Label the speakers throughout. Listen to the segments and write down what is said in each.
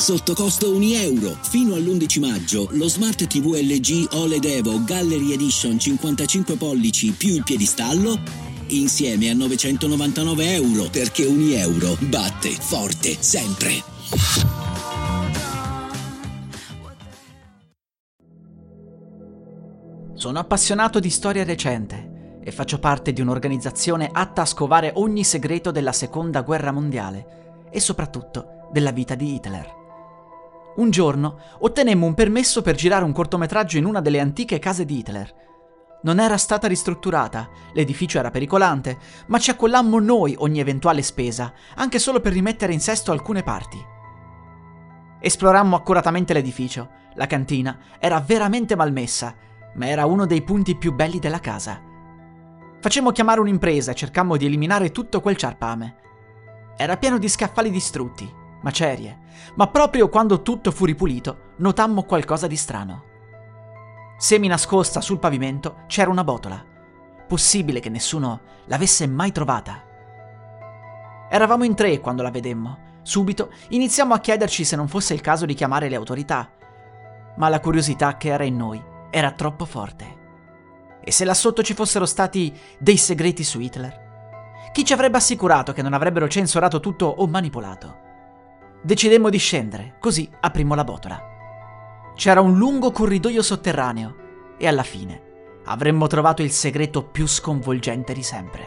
Speaker 1: sotto costo €1. Fino all'11 maggio lo Smart TV LG OLED Evo Gallery Edition 55 pollici più il piedistallo insieme a €999, perché €1 batte forte sempre.
Speaker 2: Sono appassionato di storia recente e faccio parte di un'organizzazione atta a scovare ogni segreto della Seconda Guerra Mondiale e soprattutto della vita di Hitler. Un giorno ottenemmo un permesso per girare un cortometraggio in una delle antiche case di Hitler. Non era stata ristrutturata, l'edificio era pericolante, ma ci accollammo noi ogni eventuale spesa, anche solo per rimettere in sesto alcune parti. Esplorammo accuratamente l'edificio. La cantina era veramente malmessa, ma era uno dei punti più belli della casa. Facemmo chiamare un'impresa e cercammo di eliminare tutto quel ciarpame. Era pieno di scaffali distrutti, macerie, ma proprio quando tutto fu ripulito notammo qualcosa di strano. Semi nascosta sul pavimento c'era una botola. Possibile che nessuno l'avesse mai trovata. Eravamo in 3 quando la vedemmo. Subito iniziamo a chiederci se non fosse il caso di chiamare le autorità, ma la curiosità che era in noi era troppo forte. E se là sotto ci fossero stati dei segreti su Hitler? Chi ci avrebbe assicurato che non avrebbero censurato tutto o manipolato? Decidemmo di scendere, così aprimmo la botola. C'era un lungo corridoio sotterraneo e alla fine avremmo trovato il segreto più sconvolgente di sempre.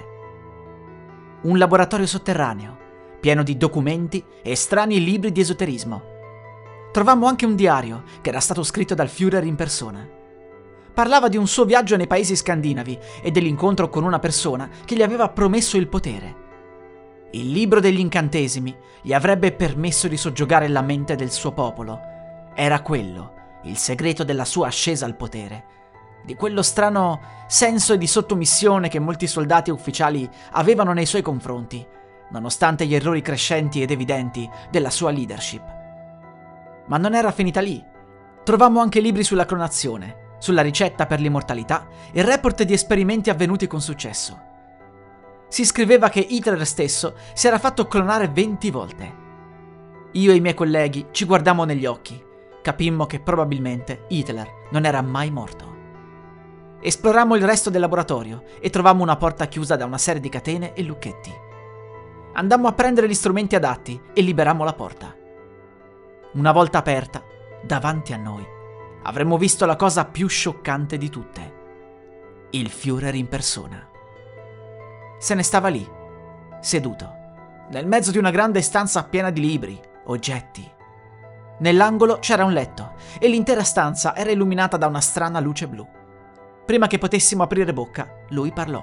Speaker 2: Un laboratorio sotterraneo, pieno di documenti e strani libri di esoterismo. Trovammo anche un diario che era stato scritto dal Führer in persona. Parlava di un suo viaggio nei paesi scandinavi e dell'incontro con una persona che gli aveva promesso il potere. Il libro degli incantesimi gli avrebbe permesso di soggiogare la mente del suo popolo. Era quello il segreto della sua ascesa al potere, di quello strano senso di sottomissione che molti soldati e ufficiali avevano nei suoi confronti, nonostante gli errori crescenti ed evidenti della sua leadership. Ma non era finita lì. Trovammo anche libri sulla clonazione, sulla ricetta per l'immortalità e report di esperimenti avvenuti con successo. Si scriveva che Hitler stesso si era fatto clonare 20 volte. Io e i miei colleghi ci guardammo negli occhi. Capimmo che probabilmente Hitler non era mai morto. Esplorammo il resto del laboratorio e trovammo una porta chiusa da una serie di catene e lucchetti. Andammo a prendere gli strumenti adatti e liberammo la porta. Una volta aperta, davanti a noi, avremmo visto la cosa più scioccante di tutte. Il Führer in persona. Se ne stava lì, seduto, nel mezzo di una grande stanza piena di libri, oggetti. Nell'angolo c'era un letto e l'intera stanza era illuminata da una strana luce blu. Prima che potessimo aprire bocca, lui parlò.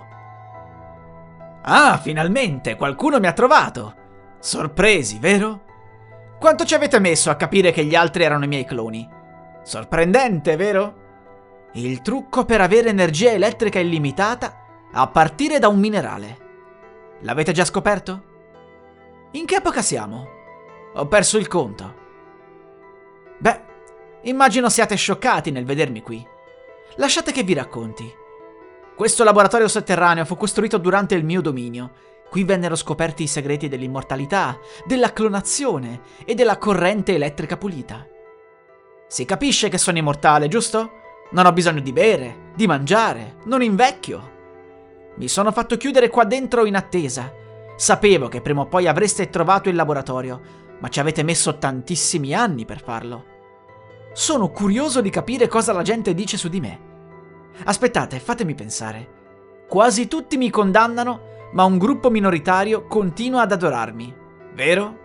Speaker 2: «Ah, finalmente! Qualcuno mi ha trovato! Sorpresi, vero? Quanto ci avete messo a capire che gli altri erano i miei cloni? Sorprendente, vero? Il trucco per avere energia elettrica illimitata a partire da un minerale. L'avete già scoperto? In che epoca siamo? Ho perso il conto. Beh, immagino siate scioccati nel vedermi qui. Lasciate che vi racconti. Questo laboratorio sotterraneo fu costruito durante il mio dominio. Qui vennero scoperti i segreti dell'immortalità, della clonazione e della corrente elettrica pulita. Si capisce che sono immortale, giusto? Non ho bisogno di bere, di mangiare, non invecchio. Mi sono fatto chiudere qua dentro in attesa. Sapevo che prima o poi avreste trovato il laboratorio, ma ci avete messo tantissimi anni per farlo. Sono curioso di capire cosa la gente dice su di me. Aspettate, fatemi pensare. Quasi tutti mi condannano, ma un gruppo minoritario continua ad adorarmi, vero?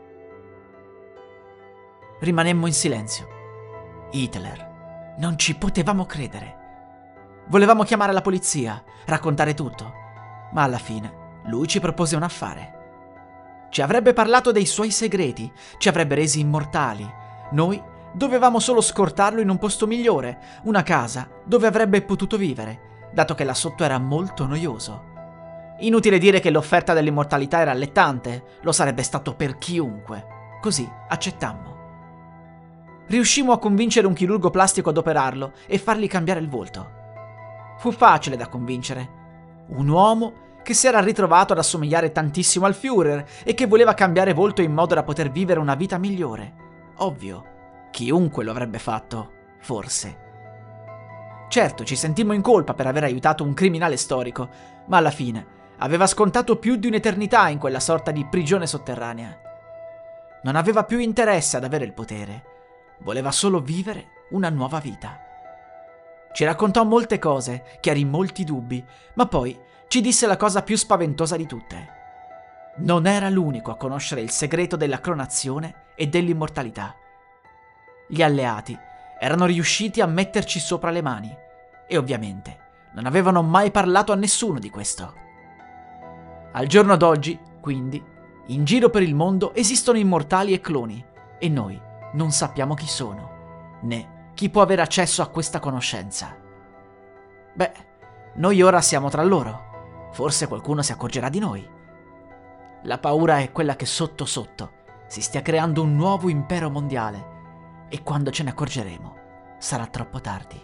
Speaker 2: Rimanemmo in silenzio. Hitler. Non ci potevamo credere. Volevamo chiamare la polizia, raccontare tutto, ma alla fine lui ci propose un affare. Ci avrebbe parlato dei suoi segreti, ci avrebbe resi immortali. Noi dovevamo solo scortarlo in un posto migliore, una casa dove avrebbe potuto vivere, dato che là sotto era molto noioso. Inutile dire che l'offerta dell'immortalità era allettante, lo sarebbe stato per chiunque. Così accettammo. Riuscimmo a convincere un chirurgo plastico ad operarlo e fargli cambiare il volto. Fu facile da convincere. Un uomo che si era ritrovato ad assomigliare tantissimo al Führer e che voleva cambiare volto in modo da poter vivere una vita migliore. Ovvio, chiunque lo avrebbe fatto, forse. Certo, ci sentimmo in colpa per aver aiutato un criminale storico, ma alla fine aveva scontato più di un'eternità in quella sorta di prigione sotterranea. Non aveva più interesse ad avere il potere, voleva solo vivere una nuova vita. Ci raccontò molte cose, chiarì molti dubbi, ma poi ci disse la cosa più spaventosa di tutte. Non era l'unico a conoscere il segreto della clonazione e dell'immortalità. Gli alleati erano riusciti a metterci sopra le mani e ovviamente non avevano mai parlato a nessuno di questo. Al giorno d'oggi, quindi, in giro per il mondo esistono immortali e cloni e noi non sappiamo chi sono, né chi può avere accesso a questa conoscenza. Beh, noi ora siamo tra loro. Forse qualcuno si accorgerà di noi. La paura è quella che sotto sotto si stia creando un nuovo impero mondiale e quando ce ne accorgeremo sarà troppo tardi.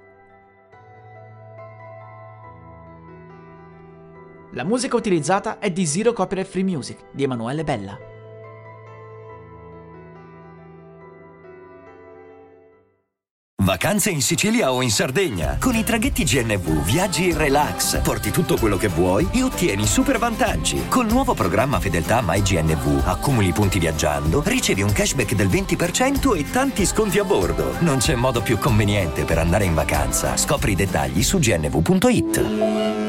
Speaker 2: La musica utilizzata è di Zero Copyright Free Music di Emanuele Bella.
Speaker 3: Vacanze in Sicilia o in Sardegna. Con i traghetti GNV viaggi in relax, porti tutto quello che vuoi e ottieni super vantaggi. Col nuovo programma Fedeltà MyGNV accumuli punti viaggiando, ricevi un cashback del 20% e tanti sconti a bordo. Non c'è modo più conveniente per andare in vacanza. Scopri i dettagli su gnv.it.